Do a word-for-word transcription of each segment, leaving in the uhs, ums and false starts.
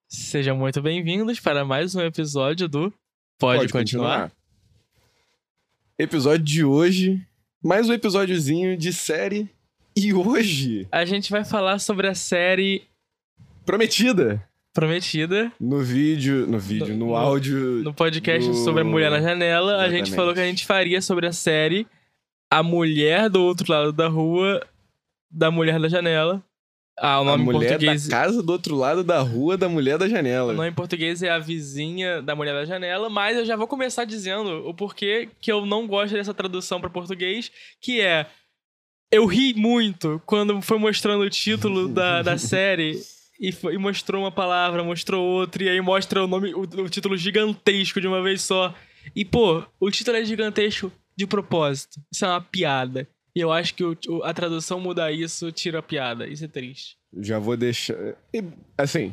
Sejam muito bem-vindos para mais um episódio do Pode, Pode continuar? continuar? Episódio de hoje, mais um episódiozinho de série. E hoje, A gente vai falar sobre a série Prometida, Prometida no vídeo, no vídeo, No- no, no- áudio. no podcast do- sobre a Mulher na Janela. A gente Exatamente. falou que a gente faria sobre a série A Mulher do Outro Lado da Rua da Mulher da Janela. Ah, o A nome em mulher português... da casa do outro lado da rua da mulher da O janela. nome em português é A Vizinha da Mulher da Janela, mas eu já vou começar dizendo o porquê que eu não gosto dessa tradução para português, que é... Eu ri muito quando foi mostrando o título da, da série e, foi- e mostrou uma palavra, mostrou outra, e aí mostra o nome, o, o título gigantesco de uma vez só. E, pô, o título é gigantesco de propósito. Isso é uma piada. E eu acho que o- o- a tradução mudar isso tira a piada. Isso é triste. Já vou deixar. e, Assim.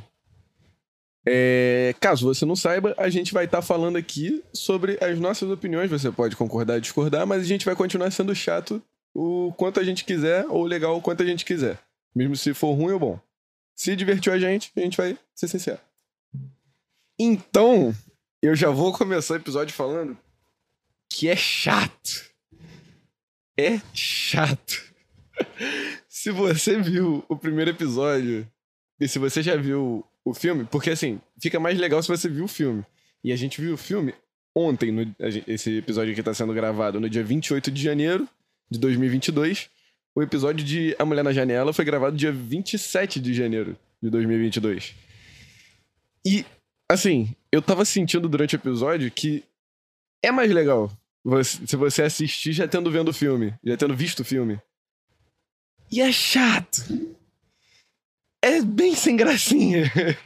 é, Caso você não saiba, a gente vai estar falando aqui sobre as nossas opiniões. Você pode concordar ou discordar, mas a gente vai continuar sendo chato o quanto a gente quiser, ou legal o quanto a gente quiser. Mesmo se for ruim ou bom. Se divertiu a gente, a gente vai ser sincero. Então, eu já vou começar o episódio falando que é chato. É chato. Se você viu o primeiro episódio e se você já viu o filme, porque assim, fica mais legal se você viu o filme. E a gente viu o filme ontem, no- a gen- esse episódio aqui tá sendo gravado no dia vinte e oito de janeiro de dois mil e vinte e dois. O episódio de A Mulher na Janela foi gravado dia vinte e sete de janeiro de dois mil e vinte e dois. E, assim, eu tava sentindo durante o episódio que é mais legal você- se você assistir já tendo vendo o filme, já tendo visto o filme. E é chato. É bem sem gracinha.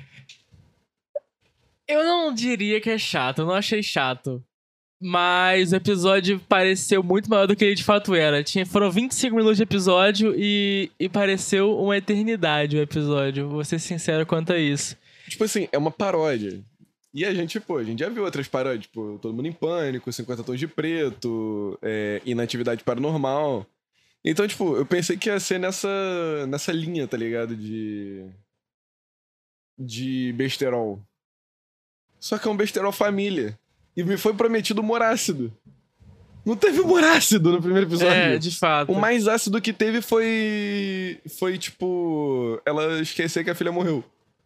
Eu não diria que é chato, eu não achei chato. Mas o episódio pareceu muito maior do que ele de fato era. Tinha, foram vinte e cinco minutos de episódio e, e pareceu uma eternidade o episódio. Vou ser sincero quanto a isso. Tipo assim, é uma paródia. E a gente, pô, a gente já viu outras paródias, tipo, Todo Mundo em Pânico, cinquenta Tons de Preto, é, Inatividade Paranormal. Então, tipo, eu pensei que ia ser nessa, nessa linha, tá ligado? De. De besterol. Só que é um besterol família. E me foi prometido humor ácido. Não teve humor ácido no primeiro episódio. É, de fato. O mais ácido que teve foi. Foi, tipo. Ela esquecer que a filha morreu.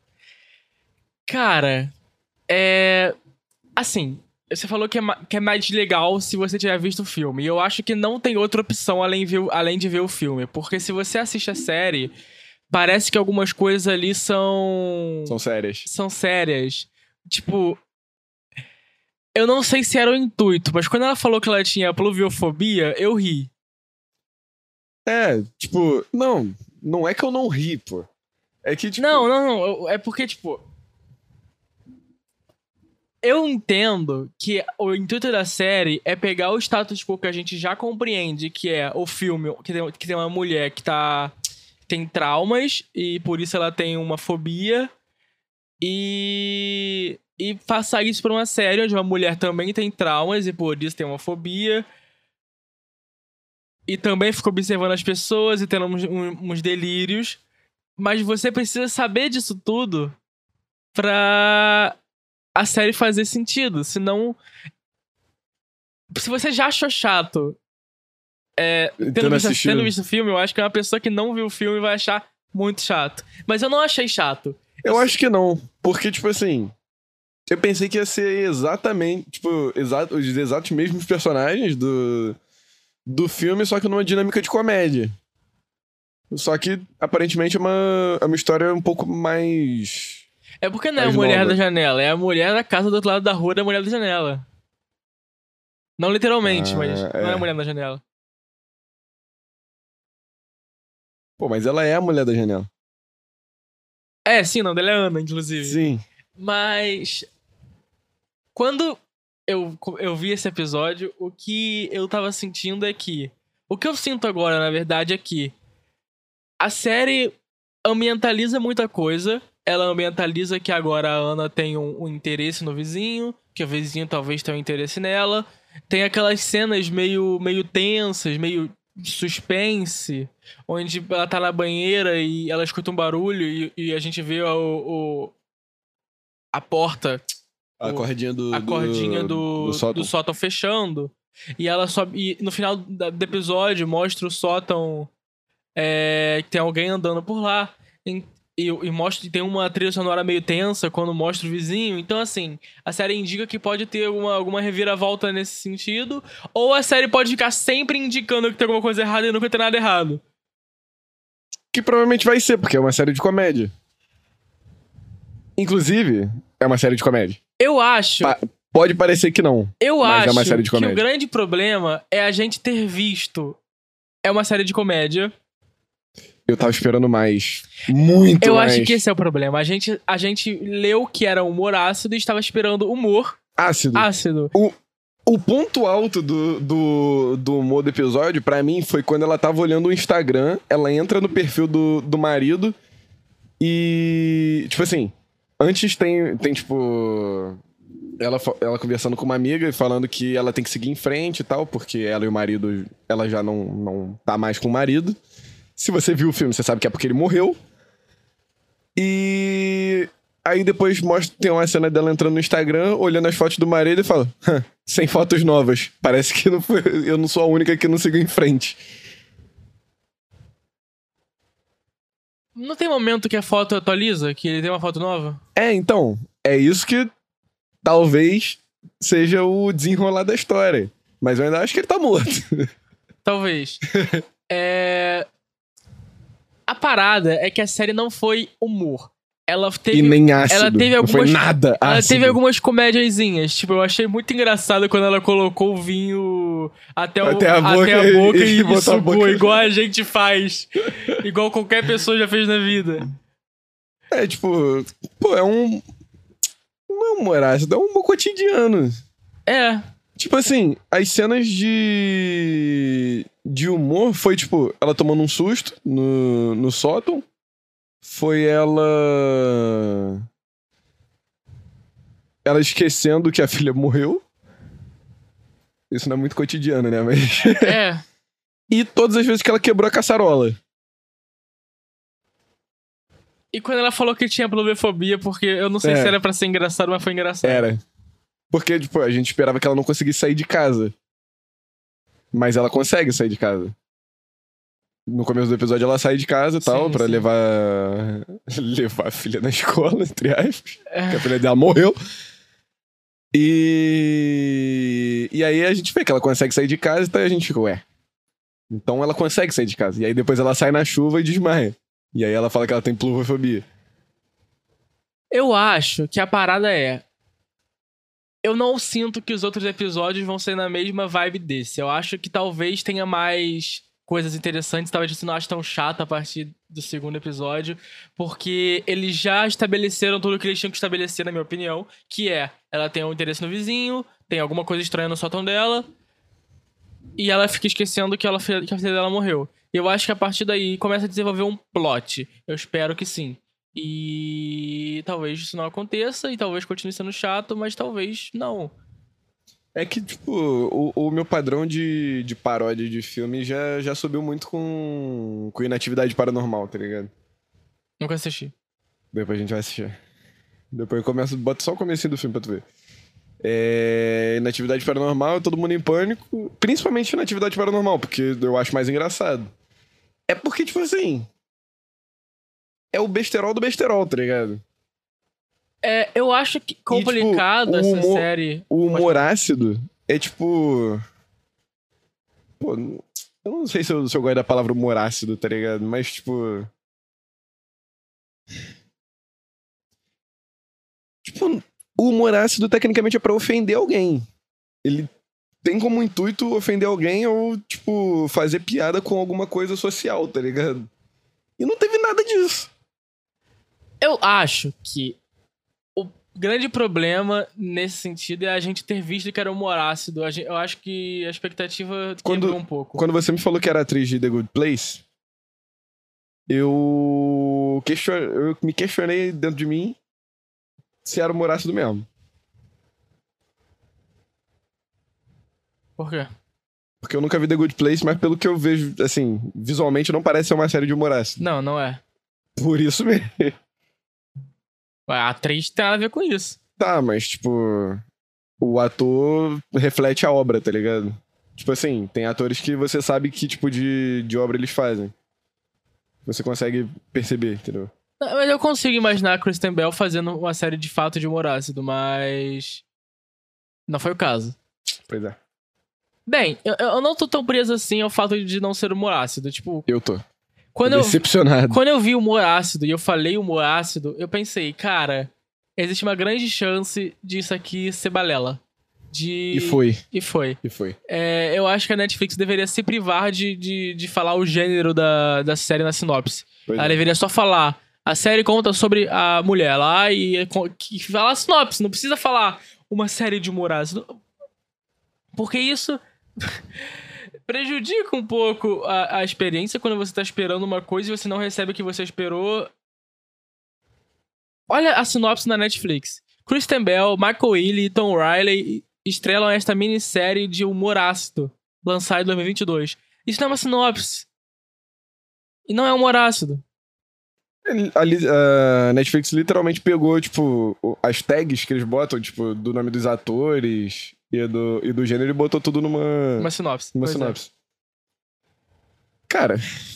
Cara, é. Assim, você falou que é, ma- que é mais legal se você tiver visto o filme. E eu acho que não tem outra opção além, ver o- além de ver o filme. Porque se você assiste a série, parece que algumas coisas ali são. São sérias. são sérias. Tipo. Eu não sei se era o intuito, mas quando ela falou que ela tinha pluviofobia, eu ri. É, tipo, não, não é que eu não ri, pô. É que, tipo. Não, não, não. eu- É porque, tipo. Eu entendo que o intuito da série é pegar o status quo que a gente já compreende, que é o filme, que tem, que tem uma mulher que tá. Tem traumas e por isso ela tem uma fobia. E. E passar isso pra uma série onde uma mulher também tem traumas e por isso tem uma fobia. E também fica observando as pessoas e tendo uns, um- uns delírios. Mas você precisa saber disso tudo pra a série fazer sentido. Senão. Se você já achou chato é, tendo, Tendo visto, assistido. tendo visto o filme, eu acho que uma pessoa que não viu o filme vai achar muito chato. Mas eu não achei chato. Eu acho que não. Porque, tipo assim. Eu pensei que ia ser exatamente. Tipo, exato, os exatos mesmos personagens do. Do filme, só que numa dinâmica de comédia. Só que, aparentemente, é uma, é uma história um pouco mais. É porque não é a Mais mulher nova. da janela, é a mulher da casa do outro lado da rua da mulher da janela. Não literalmente, Ah, mas não é é. a mulher da janela. Pô, mas ela é a mulher da janela. É, sim, o nome dela é Ana, inclusive. Sim. Mas. Quando eu, eu vi esse episódio, o que eu tava sentindo é que. O que eu sinto agora, na verdade, é que. A série ambientaliza muita coisa. Ela ambientaliza que agora a Ana tem um, um interesse no vizinho, que o vizinho talvez tenha um interesse nela. Tem aquelas cenas meio, meio tensas, meio suspense, onde ela tá na banheira e ela escuta um barulho e, e a gente vê o, o, a porta... A o, cordinha do... A cordinha do, do, sótão. do sótão fechando. E ela sobe... E no final do episódio mostra o sótão... É, que tem alguém andando por lá. E, e, e mostra que tem uma trilha sonora meio tensa quando mostra o vizinho. Então, assim, a série indica que pode ter alguma, alguma reviravolta nesse sentido. Ou a série pode ficar sempre indicando que tem alguma coisa errada e nunca tem nada errado. Que provavelmente vai ser, porque é uma série de comédia. Inclusive, é uma série de comédia. Eu acho... Pa- pode parecer que não. Eu mas acho é uma série de que comédia. o grande problema é a gente ter visto... É uma série de comédia. Eu tava esperando mais. Muito Eu mais. acho que esse é o problema. A gente, a gente leu que era humor ácido e estava esperando humor Ácido. ácido. O, o ponto alto do, do, do humor do episódio, pra mim, foi quando ela tava olhando o Instagram, ela entra no perfil do, do marido e... Tipo assim, antes tem, tem tipo... Ela, fa- ela conversando com uma amiga e falando que ela tem que seguir em frente e tal, porque ela e o marido, ela já não, não tá mais com o marido. Se você viu o filme, você sabe que é porque ele morreu. E aí depois mostra, tem uma cena dela entrando no Instagram, olhando as fotos do marido e fala: "Hã, sem fotos novas. Parece que não foi, eu não sou a única que não sigo em frente." Não tem momento que a foto atualiza? Que ele tem uma foto nova? É, então, é isso que talvez seja o desenrolar da história. Mas eu ainda acho que ele tá morto. Talvez. é... A parada é que a série não foi humor. Ela teve, E nem ácido. ela teve algumas, não foi nada Ela ácido. teve algumas comédiazinhas. Tipo, eu achei muito engraçado quando ela colocou o vinho até, o, Até a boca até a boca e- e, e botou a sugou, boca. igual a gente faz. Igual qualquer pessoa já fez na vida. É, tipo, pô, é um... Não é um humor ácido, é um humor cotidiano. É. Tipo assim, as cenas de... de humor foi, tipo, ela tomando um susto no, no sótão. Foi ela... Ela esquecendo que a filha morreu. Isso não é muito cotidiano, né? Mas... É. E todas as vezes que ela quebrou a caçarola. E quando ela falou que tinha pluvofobia, porque eu não sei É. se era pra ser engraçado, mas foi engraçado. Era. Porque, tipo, a gente esperava que ela não conseguisse sair de casa. Mas ela consegue sair de casa. No começo do episódio ela sai de casa e tal, Sim, pra sim. levar... levar a filha na escola, entre aspas. É. Porque a filha dela morreu. E... E aí a gente vê que ela consegue sair de casa, então a gente fica, ué. Então ela consegue sair de casa. E aí depois ela sai na chuva e desmaia. E aí ela fala que ela tem pluvofobia. Eu acho que a parada é... Eu não sinto que os outros episódios vão ser na mesma vibe desse. Eu acho que talvez tenha mais coisas interessantes. Talvez você não ache tão chato a partir do segundo episódio. Porque eles já estabeleceram tudo o que eles tinham que estabelecer, na minha opinião. Que é, ela tem um interesse no vizinho, tem alguma coisa estranha no sótão dela. E ela fica esquecendo que, ela, que a filha dela morreu. E eu acho que a partir daí começa a desenvolver um plot. Eu espero que sim. E talvez isso não aconteça, e talvez continue sendo chato, mas talvez não. É que, tipo, o, o meu padrão de, de paródia de filme já, já subiu muito com, com Inatividade Paranormal, tá ligado? Nunca assisti. Depois a gente vai assistir. Depois eu começo, bota só o comecinho do filme pra tu ver. É, Inatividade Paranormal, Todo Mundo em Pânico. Principalmente Inatividade Paranormal, porque eu acho mais engraçado. É porque, tipo assim... É o besterol do besterol, tá ligado? É, eu acho que complicado E, tipo, o essa humor- série. O humor ácido é tipo... Pô, eu não sei se eu, se eu gosto da palavra humor ácido, tá ligado? Mas, tipo... Tipo, o humor ácido tecnicamente é pra ofender alguém. Ele tem como intuito ofender alguém ou, tipo, fazer piada com alguma coisa social, tá ligado? E não teve nada disso. Eu acho que o grande problema nesse sentido é a gente ter visto que era humor ácido. A gente- Eu acho que a expectativa Quando- quebrou um pouco. Quando você me falou que era atriz de The Good Place, eu, question... eu me questionei dentro de mim se era humor ácido mesmo. Por quê? Porque eu nunca vi The Good Place, mas pelo que eu vejo, assim, visualmente não parece ser uma série de humor ácido. Não, não é. Por isso mesmo. A atriz tem nada a ver com isso. Tá, mas, tipo, o ator reflete a obra, tá ligado? Tipo assim, tem atores que você sabe que tipo de, de obra eles fazem. Você consegue perceber, entendeu? Não, mas eu consigo imaginar a Kristen Bell fazendo uma série de fato de humor ácido, mas... não foi o caso. Pois é. Bem, eu, eu não tô tão preso assim ao fato de não ser humor ácido. Tipo, Eu tô. quando eu, Decepcionado. quando eu vi humor ácido e eu falei humor ácido, eu pensei, cara, existe uma grande chance disso aqui ser balela. De... E foi. E foi. E foi. É, eu acho que a Netflix deveria se privar de, de, de falar o gênero da, da série na sinopse. Pois Ela é. deveria só falar. A série conta sobre a mulher lá e que fala a sinopse. Não precisa falar uma série de humor ácido. Porque isso prejudica um pouco a, a experiência quando você tá esperando uma coisa e você não recebe o que você esperou. Olha a sinopse na Netflix. Kristen Bell, Michael Ealy e Tom Riley estrelam esta minissérie de humor ácido, lançada em dois mil e vinte e dois. Isso não é uma sinopse. E não é humor ácido. A Netflix literalmente pegou, tipo, as tags que eles botam, tipo, do nome dos atores e do, e do gênero e botou tudo numa... Uma sinopse. Numa Pois é. sinopse. Cara...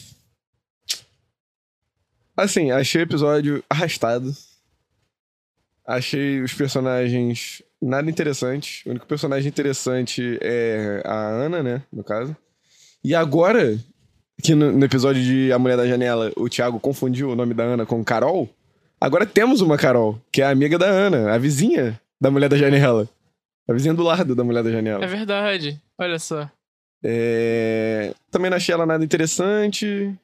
Assim, achei o episódio arrastado. Achei os personagens nada interessantes. O único personagem interessante é a Ana, né? No caso. E agora, que no, no episódio de A Mulher da Janela, o Thiago confundiu o nome da Ana com Carol. Agora temos uma Carol, que é a amiga da Ana, a vizinha da Mulher da Janela. A vizinha do lado da Mulher da Janela. É verdade. Olha só. É... Também não achei ela nada interessante.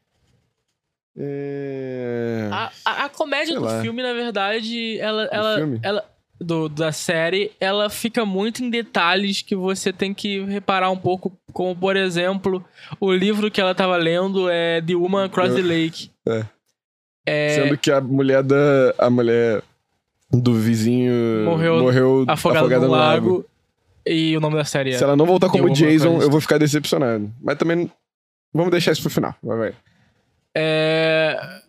É... A, a, a comédia Sei do lá. filme, na verdade, ela... ela, filme? ela do, da série, ela fica muito em detalhes que você tem que reparar um pouco. Como, por exemplo, o livro que ela tava lendo é The Woman Across the Lake. É. É, Sendo que a mulher da... A mulher do vizinho Morreu morreu afogada, afogada no no lago. lago. E o nome da série é... Se ela não voltar The como Woman Jason, Across- eu vou ficar decepcionado. Mas também... Vamos deixar isso pro final. Vai, vai. É...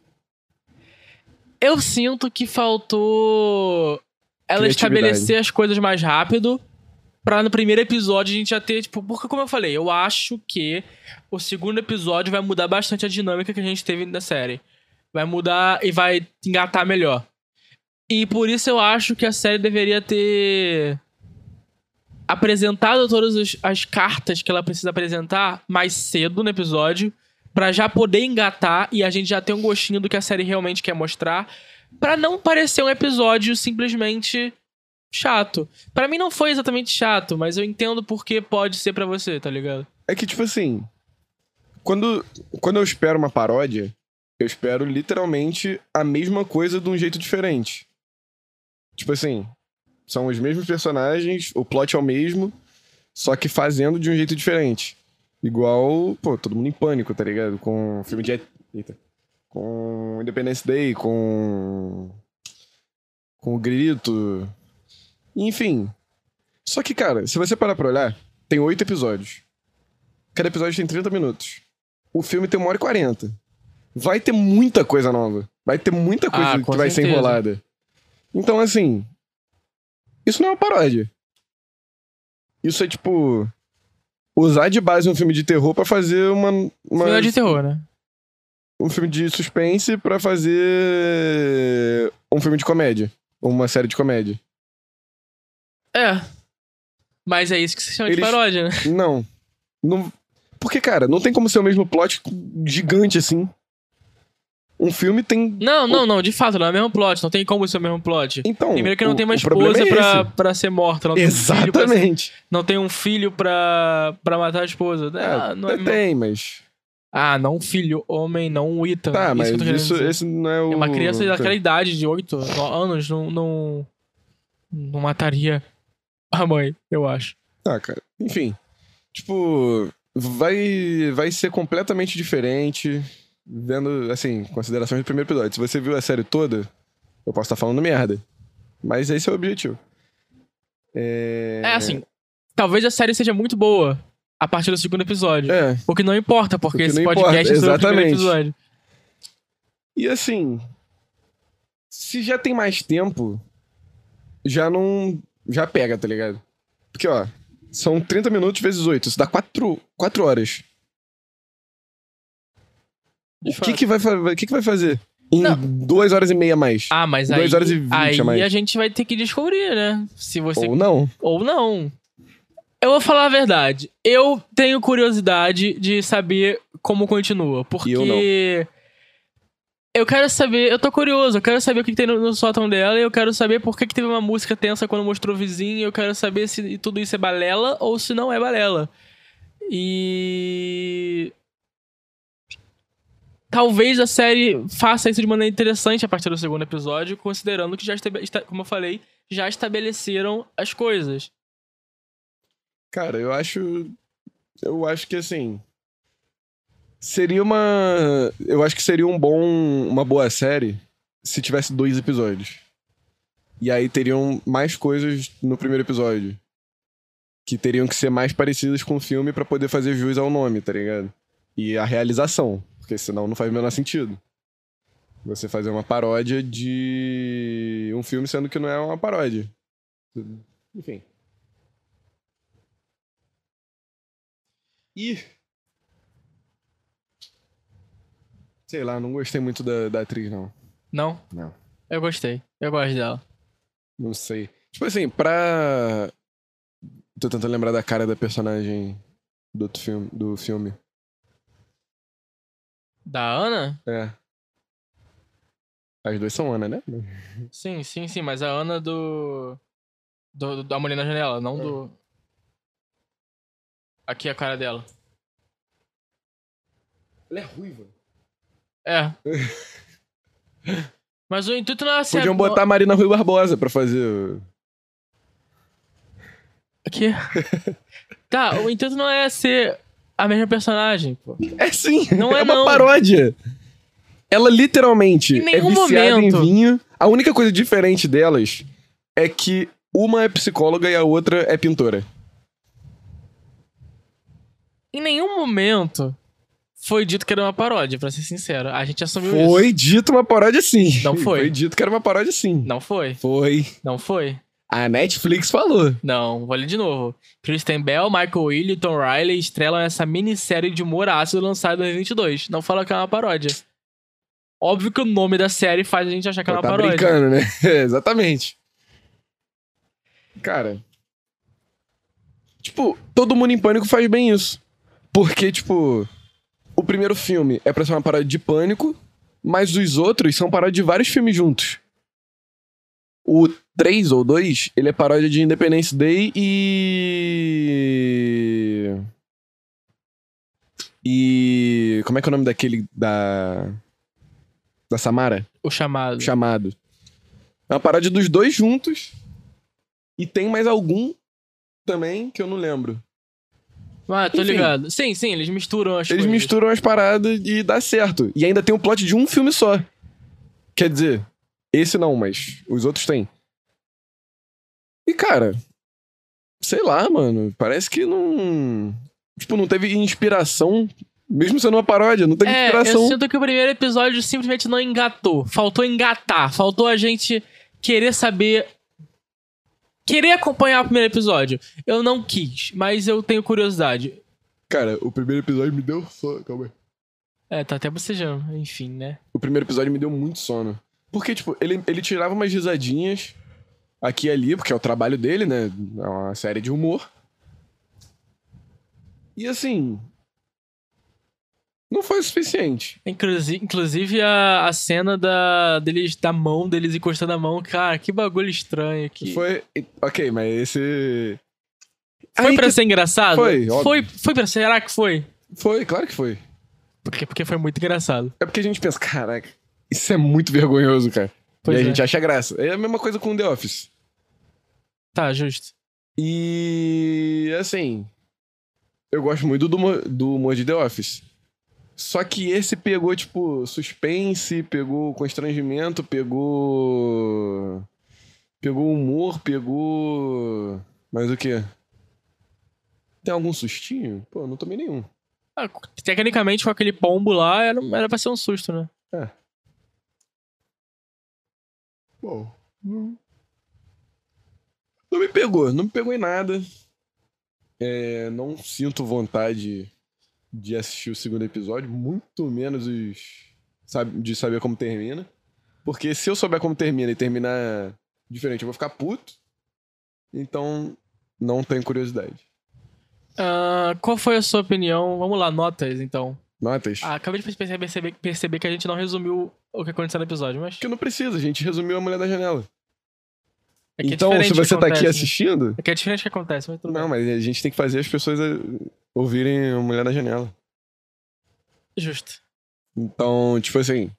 Eu sinto que faltou ela Criatividade. estabelecer as coisas mais rápido pra no primeiro episódio a gente já ter, tipo... Porque, como eu falei, eu acho que o segundo episódio vai mudar bastante a dinâmica que a gente teve na série. Vai mudar e vai engatar melhor. E por isso eu acho que a série deveria ter apresentado todas as, as cartas que ela precisa apresentar mais cedo no episódio, pra já poder engatar e a gente já ter um gostinho do que a série realmente quer mostrar, pra não parecer um episódio simplesmente chato. Pra mim não foi exatamente chato, mas eu entendo porque pode ser pra você, tá ligado? É que, tipo assim... Quando, quando eu espero uma paródia, eu espero literalmente a mesma coisa de um jeito diferente. Tipo assim... São os mesmos personagens, o plot é o mesmo, só que fazendo de um jeito diferente. Igual, pô, Todo Mundo em Pânico, tá ligado? Com filme de... Eita. Com Independence Day, com... Com o Grito. Enfim. Só que, cara, se você parar pra olhar, tem oito episódios. Cada episódio tem trinta minutos. O filme tem uma hora e quarenta. Vai ter muita coisa nova. Vai ter muita coisa Ah, que com vai ser certeza. enrolada. Então, assim... Isso não é uma paródia. Isso é, tipo... Usar de base um filme de terror pra fazer uma... uma Filme de terror, né? um filme de suspense pra fazer... Um filme de comédia. Ou uma série de comédia. É. Mas é isso que se chama de Eles- paródia, né? Não. não. Porque, cara, não tem como ser o mesmo plot gigante assim. Um filme tem... Não, não, não, de fato, não é o mesmo plot. Não tem como ser o mesmo plot. Então, Primeiro que não o- tem uma o problema esposa é pra, esse. pra ser morta. Não tem, um filho pra ser- Exatamente. não tem um filho pra, pra matar a esposa. É, Ah, não é até tem, mas... Ah, não um filho, homem, não um Ethan. Tá, Isso mas que eu tô querendo isso, dizer. esse não é o... É uma criança daquela idade, de oito anos, não, não, não mataria a mãe, eu acho. Ah, cara. Enfim. Tipo, vai, vai ser completamente diferente. Vendo, assim, considerações do primeiro episódio. Se você viu a série toda, eu posso estar falando merda. Mas esse é o objetivo. É, É assim, talvez a série seja muito boa a partir do segundo episódio. É. O que não importa, porque O que esse não podcast importa, é sobre o primeiro exatamente. episódio. E assim... Se já tem mais tempo, já não... Já pega, tá ligado? Porque, ó, são trinta minutos vezes oito. Isso dá quatro horas. De O que fato. que vai, fa- o que que vai fazer? Em Não. duas horas e meia a mais. Ah, mas aí, Duas horas e vinte aí a mais. a gente vai ter que descobrir, né? Se você... Ou não. Ou não. Eu vou falar a verdade. Eu tenho curiosidade de saber como continua. Porque... E eu não. Eu quero saber... Eu tô curioso. Eu quero saber o que, que tem no, no sótão dela. E eu quero saber por que, que teve uma música tensa quando mostrou o vizinho. Eu quero saber se tudo isso é balela ou se não é balela. E... Talvez a série faça isso de maneira interessante a partir do segundo episódio, considerando que já, estabe- esta- como eu falei, já estabeleceram as coisas. Cara, eu acho... Eu acho que, assim... Seria uma... Eu acho que seria um bom... Uma boa série se tivesse dois episódios. E aí teriam mais coisas no primeiro episódio. Que teriam que ser mais parecidas com o filme pra poder fazer jus ao nome, tá ligado? E a realização. Porque senão não faz o menor sentido. Você fazer uma paródia de um filme sendo que não é uma paródia. Enfim. E... Sei lá, não gostei muito da, da atriz, não. Não? Não. Eu gostei. Eu gosto dela. Não sei. Tipo assim, pra... Tô tentando lembrar da cara da personagem do outro filme, do filme. Da Ana? É. As duas são Ana, né? Sim, sim, sim. Mas a Ana do... do, do da Mulher na Janela, não do... Aqui é a cara dela. Ela é ruiva. É. Mas o intuito não é ser... Podiam botar a Marina Rui Barbosa pra fazer... Aqui. Tá, o intuito não é ser a mesma personagem, pô. É sim! Não é é uma não. paródia! Ela literalmente Em é nenhum viciada momento. em vinho. A única coisa diferente delas é que uma é psicóloga e a outra é pintora. Em nenhum momento foi dito que era uma paródia, pra ser sincero. A gente assumiu isso. Foi dito uma paródia sim. Não foi. Foi dito que era uma paródia sim. Não foi. Foi. Não foi. A Netflix falou. Não, vou ler de novo. Kristen Bell, Michael Will e Tom Riley estrelam essa minissérie de humor ácido lançada em dois mil e vinte e dois. Não fala que é uma paródia. Óbvio que o nome da série faz a gente achar que é uma tá paródia. brincando, né? Exatamente. Cara. Tipo, Todo Mundo em Pânico faz bem isso. Porque, tipo, o primeiro filme é pra ser uma paródia de Pânico, mas os outros são paródia de vários filmes juntos. O três ou dois, ele é paródia de Independence Day e... E... Como é que é o nome daquele da... Da Samara? O chamado. Chamado. É uma paródia dos dois juntos. E tem mais algum também que eu não lembro. Ah, tô Enfim. ligado. Sim, sim, eles misturam as Eles coisas. misturam as paradas e dá certo. E ainda tem um plot de um filme só. Quer dizer, esse não, mas os outros têm. E, cara, sei lá, mano. Parece que não... Tipo, não teve inspiração. Mesmo sendo uma paródia, não teve É, inspiração. eu sinto que o primeiro episódio simplesmente não engatou. Faltou engatar. Faltou a gente querer saber... Querer acompanhar o primeiro episódio. Eu não quis, mas eu tenho curiosidade. Cara, o primeiro episódio me deu sono. Calma aí. É, tá até bocejando. Enfim, né? O primeiro episódio me deu muito sono. Porque, tipo, ele, ele tirava umas risadinhas aqui e ali, porque é o trabalho dele, né? É uma série de humor. E assim... Não foi o suficiente. Inclusive, inclusive a, a cena da, deles, da mão deles encostando a mão. Cara, que bagulho estranho aqui. Foi... Ok, mas esse... Foi Aí pra que- ser engraçado? Foi, óbvio. foi, foi pra ser... Será que foi? Foi, claro que foi. Porque, porque foi muito engraçado. É porque a gente pensa, caraca, isso é muito vergonhoso, cara. Pois e a é. gente acha graça. É a mesma coisa com The Office. Tá, justo. E... assim... Eu gosto muito do humor, do humor de The Office. Só que esse pegou, tipo, suspense, pegou constrangimento, pegou... Pegou humor, pegou... Mas o quê? Tem algum sustinho? Pô, não tomei nenhum. Ah, tecnicamente, com aquele pombo lá, era, era pra ser um susto, né? É. Bom, não... não me pegou, não me pegou em nada. É, não sinto vontade de assistir o segundo episódio, muito menos os, sabe, de saber como termina. Porque se eu souber como termina e terminar diferente, eu vou ficar puto. Então, não tenho curiosidade. Uh, qual foi a sua opinião? Vamos lá, notas, então. Notas? Ah, acabei de perceber, perceber, perceber que a gente não resumiu o que aconteceu no episódio, mas... Porque não precisa, a gente resumiu A Mulher da Janela. É que então, é se você que tá aqui acontece, assistindo... É que é diferente que acontece, mas tudo Não, bem. mas a gente tem que fazer as pessoas ouvirem A Mulher da Janela. Justo. Então, tipo assim...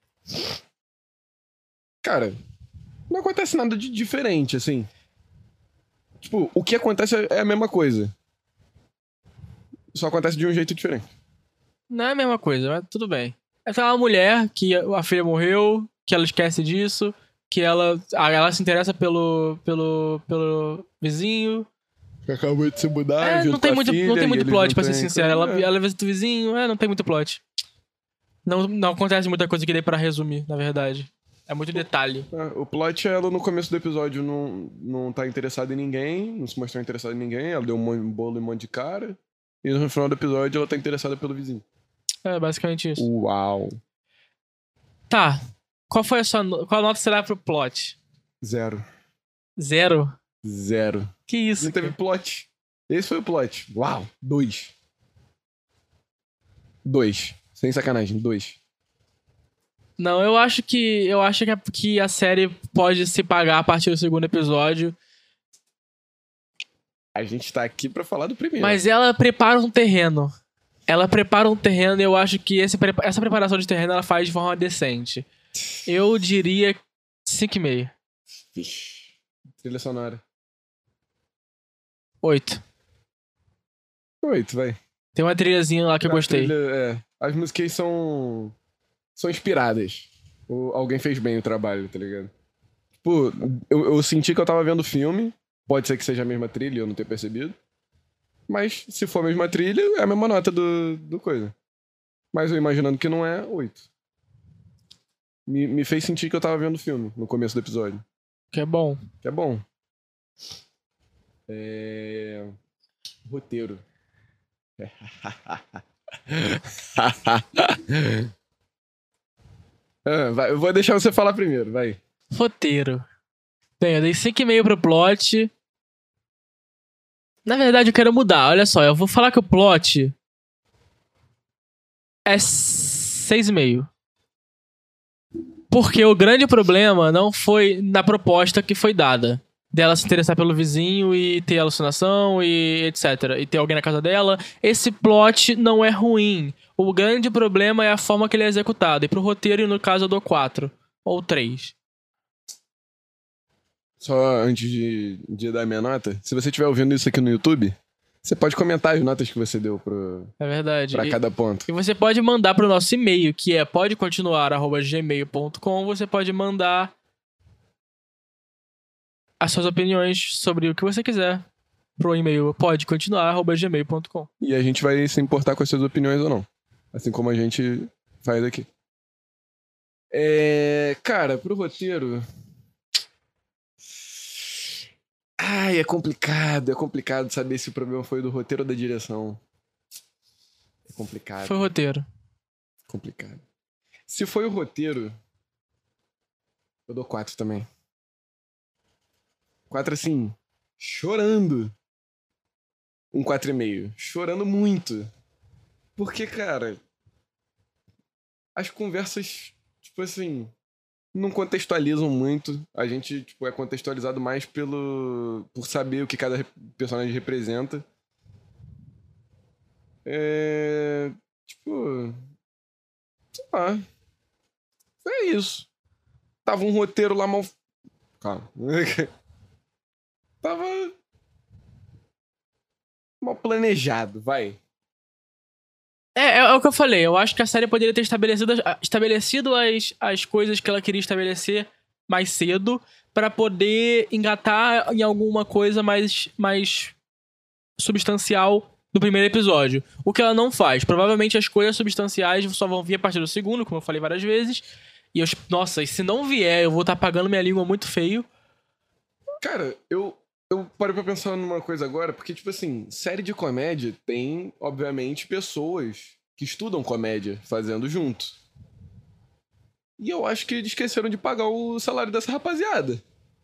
Cara, não acontece nada de diferente, assim. Tipo, o que acontece é a mesma coisa. Só acontece de um jeito diferente. Não é a mesma coisa, mas tudo bem. Essa é uma mulher que a filha morreu, que ela esquece disso, que ela, ela se interessa pelo, pelo, pelo vizinho. Que acabou de se mudar, É, junto não tem com a muito, filha, não tem e muito eles plot, não pra ser têm- sincero. Ela, É. ela visita o vizinho, é, não tem muito plot. Não, não acontece muita coisa que dê pra resumir, na verdade. É muito detalhe. É, o plot é ela no começo do episódio não, não tá interessada em ninguém, não se mostrou interessada em ninguém, ela deu um monte- um bolo e um monte de cara. E no final do episódio ela tá interessada pelo vizinho. É basicamente isso. Uau. Tá. Qual foi a sua no- Qual nota será pro plot? Zero. Zero? Zero. Que isso? Não teve cara? plot. Esse foi o plot. Uau. Dois. Dois. Sem sacanagem, dois. Não, eu acho que. Eu acho que a, que a série pode se pagar a partir do segundo episódio. A gente tá aqui pra falar do primeiro. Mas ela prepara um terreno. Ela prepara um terreno e eu acho que esse, prepa- essa preparação de terreno ela faz de forma decente. Eu diria cinco e meio. Vixe. Trilha sonora. oito. Oito, vai. Tem uma trilhazinha lá que eu A gostei. trilha- é. As músicas são. São inspiradas. Ou alguém fez bem o trabalho, tá ligado? Tipo, eu, eu senti que eu tava vendo o filme. Pode ser que seja a mesma trilha, eu não ter percebido. Mas se for a mesma trilha, é a mesma nota do, do coisa. Mas eu imaginando que não é, oito. Me, me fez sentir que eu tava vendo o filme no começo do episódio. Que é bom. Que é bom. É... Roteiro. Ah, vai, eu vou deixar você falar primeiro, vai. Roteiro. Bem, eu dei cinco e meio pro plot. Na verdade, eu quero mudar. Olha só, eu vou falar que o plot é seis e meio. Porque o grande problema não foi na proposta que foi dada. Dela se interessar pelo vizinho e ter alucinação e etcétera. E ter alguém na casa dela. Esse plot não é ruim. O grande problema é a forma que ele é executado. E pro roteiro, no caso, eu dou quatro. Ou três. Só antes de, de dar minha nota, se você estiver ouvindo isso aqui no YouTube, você pode comentar as notas que você deu pro, É verdade. pra E- cada ponto. E você pode mandar pro nosso e-mail, que é podecontinuar arroba gmail ponto com. Você pode mandar as suas opiniões sobre o que você quiser pro e-mail podecontinuar arroba gmail ponto com. E a gente vai se importar com as suas opiniões ou não. Assim como a gente faz aqui. É... Cara, pro roteiro... Ai, é complicado. É complicado saber se o problema foi do roteiro ou da direção. É complicado. Foi o roteiro. Complicado. Se foi o roteiro, eu dou quatro também. Quatro assim, chorando. Um quatro e meio. Chorando muito. Porque, cara, as conversas, tipo assim, não contextualizam muito. A gente, tipo, é contextualizado mais pelo... por saber o que cada rep- personagem representa. É... Tipo... Sei lá. É isso. Tava um roteiro lá mal... Calma. Tava... mal planejado, vai. É, é, é o que eu falei. Eu acho que a série poderia ter estabelecido, as- estabelecido as, as coisas que ela queria estabelecer mais cedo pra poder engatar em alguma coisa mais, mais substancial no primeiro episódio. O que ela não faz. Provavelmente as coisas substanciais só vão vir a partir do segundo, como eu falei várias vezes. E eu, nossa, e se não vier, eu vou estar pagando minha língua muito feio. Cara, eu, eu parei pra pensar numa coisa agora, porque, tipo assim, série de comédia tem, obviamente, pessoas que estudam comédia fazendo junto. E eu acho que eles esqueceram de pagar o salário dessa rapaziada.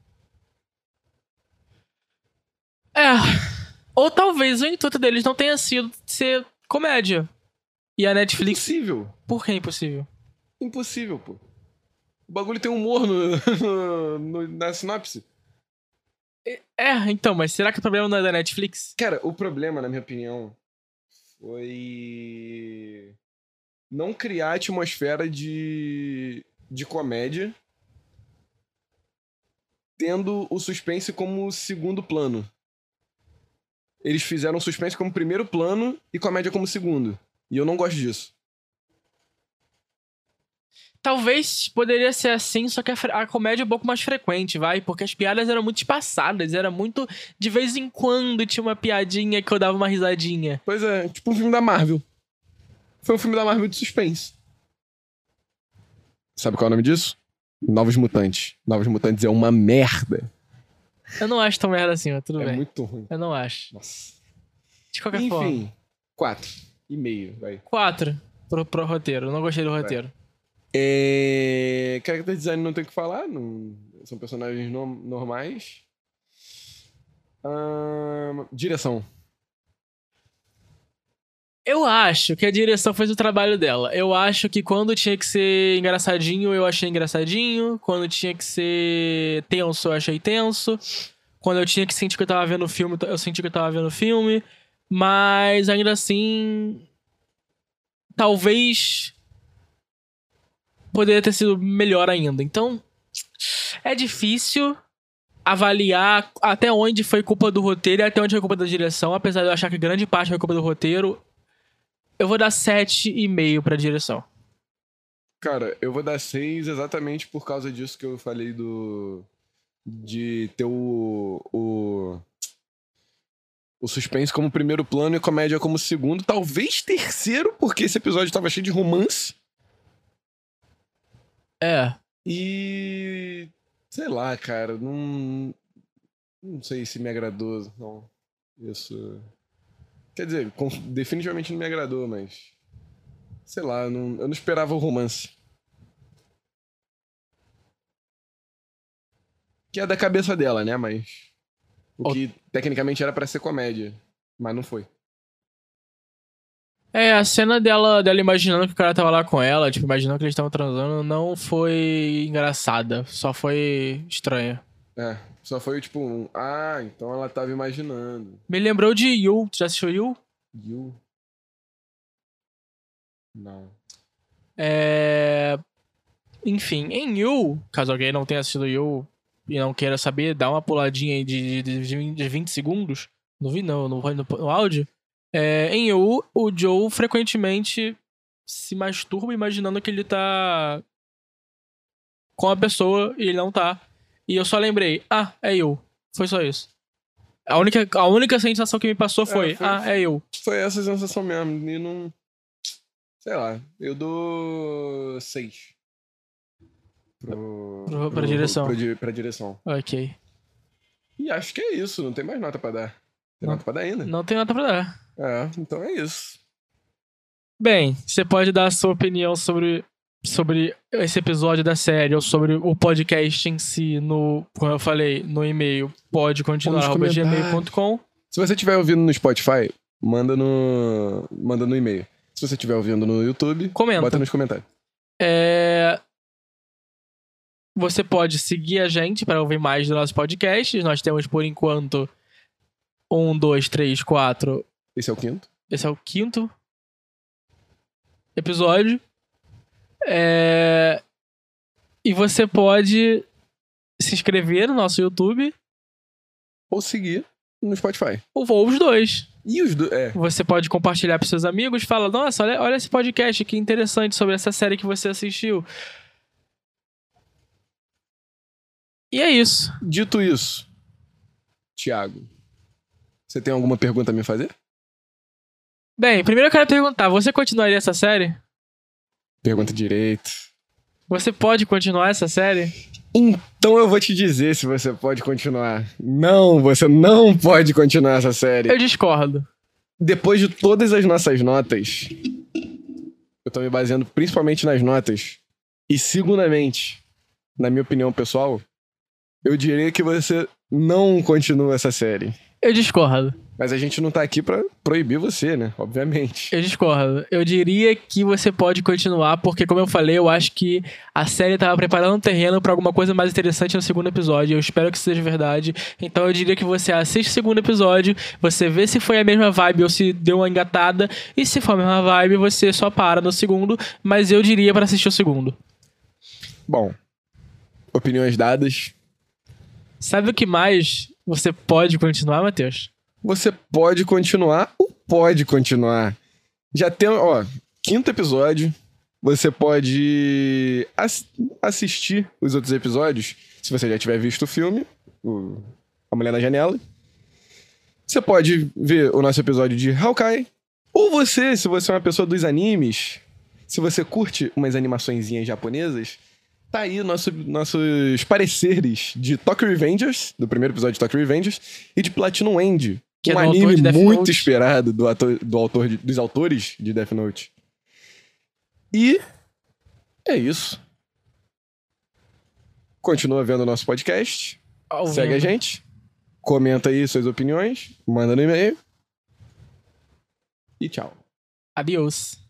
É. Ou talvez o intuito deles não tenha sido ser comédia. E a Netflix... Impossível. Por que impossível? Impossível, pô. O bagulho tem humor no, no, no, na sinopse. É, então, mas será que o problema não é da Netflix? Cara, o problema, na minha opinião, foi não criar atmosfera de, de comédia tendo o suspense como segundo plano. Eles fizeram suspense como primeiro plano e comédia como segundo. E eu não gosto disso. Talvez poderia ser assim, só que a, a comédia é um pouco mais frequente, vai? Porque as piadas eram muito espaçadas, era muito... De vez em quando tinha uma piadinha que eu dava uma risadinha. Pois é, tipo um filme da Marvel. Foi um filme da Marvel de suspense. Sabe qual é o nome disso? Novos Mutantes. Novos Mutantes é uma merda. Eu não acho tão merda assim, mas tudo É bem. muito ruim. Eu não acho. Nossa. De qualquer Enfim, forma. Enfim, quatro e meio, vai. Quatro pro, pro roteiro. Eu não gostei do roteiro. É... Character design não tem o que falar. Não... São personagens no... normais. Ahn, Direção. Eu acho que a direção fez o trabalho dela. Eu acho que quando tinha que ser engraçadinho, eu achei engraçadinho. Quando tinha que ser tenso, eu achei tenso. Quando eu tinha que sentir que eu tava vendo o filme, eu senti que eu tava vendo o filme. Mas ainda assim... Talvez... Poderia ter sido melhor ainda. Então... É difícil avaliar até onde foi culpa do roteiro e até onde foi culpa da direção. Apesar de eu achar que grande parte foi culpa do roteiro... Eu vou dar sete e meio pra direção. Cara, eu vou dar seis exatamente por causa disso que eu falei do... De ter o... O, o suspense como primeiro plano e comédia como segundo. Talvez terceiro, porque esse episódio tava cheio de romance. É. E... Sei lá, cara, não... Não sei se me agradou, não. Isso... Quer dizer, definitivamente não me agradou, mas... Sei lá, eu não, eu não esperava o romance. Que é da cabeça dela, né? Mas... O que tecnicamente era pra ser comédia. Mas não foi. É, a cena dela, dela imaginando que o cara tava lá com ela, tipo, imaginando que eles estavam transando, não foi engraçada. Só foi estranha. É, só foi tipo um... Ah, então ela tava imaginando. Me lembrou de You. Tu já assistiu You? You? Não. É... Enfim, em You, caso alguém não tenha assistido You e não queira saber, dá uma puladinha aí de, de, de vinte segundos. Não vi não, no, no, no áudio. É, em You, o Joe frequentemente se masturba imaginando que ele tá com a pessoa e ele não tá. E eu só lembrei, ah, é eu. Foi só isso. A única, a única sensação que me passou foi, é, foi ah, é eu. Foi essa sensação mesmo. E não... Sei lá, eu dou seis. Pro, pro, pra pro, direção. Pro, pro, pra direção. Ok. E acho que é isso, não tem mais nota pra dar. Tem não, nota pra dar ainda? Não tem nota pra dar. É, então é isso. Bem, você pode dar a sua opinião sobre, sobre esse episódio da série ou sobre o podcast em si, no, como eu falei, no e-mail, pode continuar, arroba gmail ponto com. Se você estiver ouvindo no Spotify, manda no, manda no e-mail. Se você estiver ouvindo no YouTube, comenta. Bota nos comentários. É... Você pode seguir a gente para ouvir mais dos nossos podcasts. Nós temos, por enquanto, um, dois, três, quatro... Esse é o quinto. Esse é o quinto episódio. É... E você pode se inscrever no nosso YouTube. Ou seguir no Spotify. Ou, ou os dois. E os dois, é. Você pode compartilhar pros seus amigos. Fala, nossa, olha, olha esse podcast, que interessante sobre essa série que você assistiu. E é isso. Dito isso, Thiago, você tem alguma pergunta a me fazer? Bem, primeiro eu quero perguntar, você continuaria essa série? Pergunta direito. Você pode continuar essa série? Então eu vou te dizer se você pode continuar. Não, você não pode continuar essa série. Eu discordo. Depois de todas as nossas notas, eu tô me baseando principalmente nas notas. E segundamente, na minha opinião pessoal, eu diria que você não continua essa série. Eu discordo. Mas a gente não tá aqui pra proibir você, né? Obviamente. Eu discordo. Eu diria que você pode continuar, porque, como eu falei, eu acho que a série tava preparando um terreno pra alguma coisa mais interessante no segundo episódio. Eu espero que seja verdade. Então eu diria que você assiste o segundo episódio, você vê se foi a mesma vibe ou se deu uma engatada, e se for a mesma vibe, você só para no segundo, mas eu diria pra assistir o segundo. Bom, opiniões dadas. Sabe o que mais você pode continuar, Matheus? Você pode continuar ou pode continuar. Já tem, ó, quinto episódio. Você pode ass- assistir os outros episódios, se você já tiver visto o filme, o A Mulher na Janela. Você pode ver o nosso episódio de Hawkeye. Ou você, se você é uma pessoa dos animes, se você curte umas animaçõezinhas japonesas, tá aí nosso, nossos pareceres de Tokyo Revengers, do primeiro episódio de Tokyo Revengers, e de Platinum End, Que é um do autor anime de Death muito Note. esperado do ator, do autor de- dos autores de Death Note. E é isso. Continua vendo o nosso podcast. Ouvindo. Segue a gente. Comenta aí suas opiniões. Manda no e-mail. E tchau. Adiós.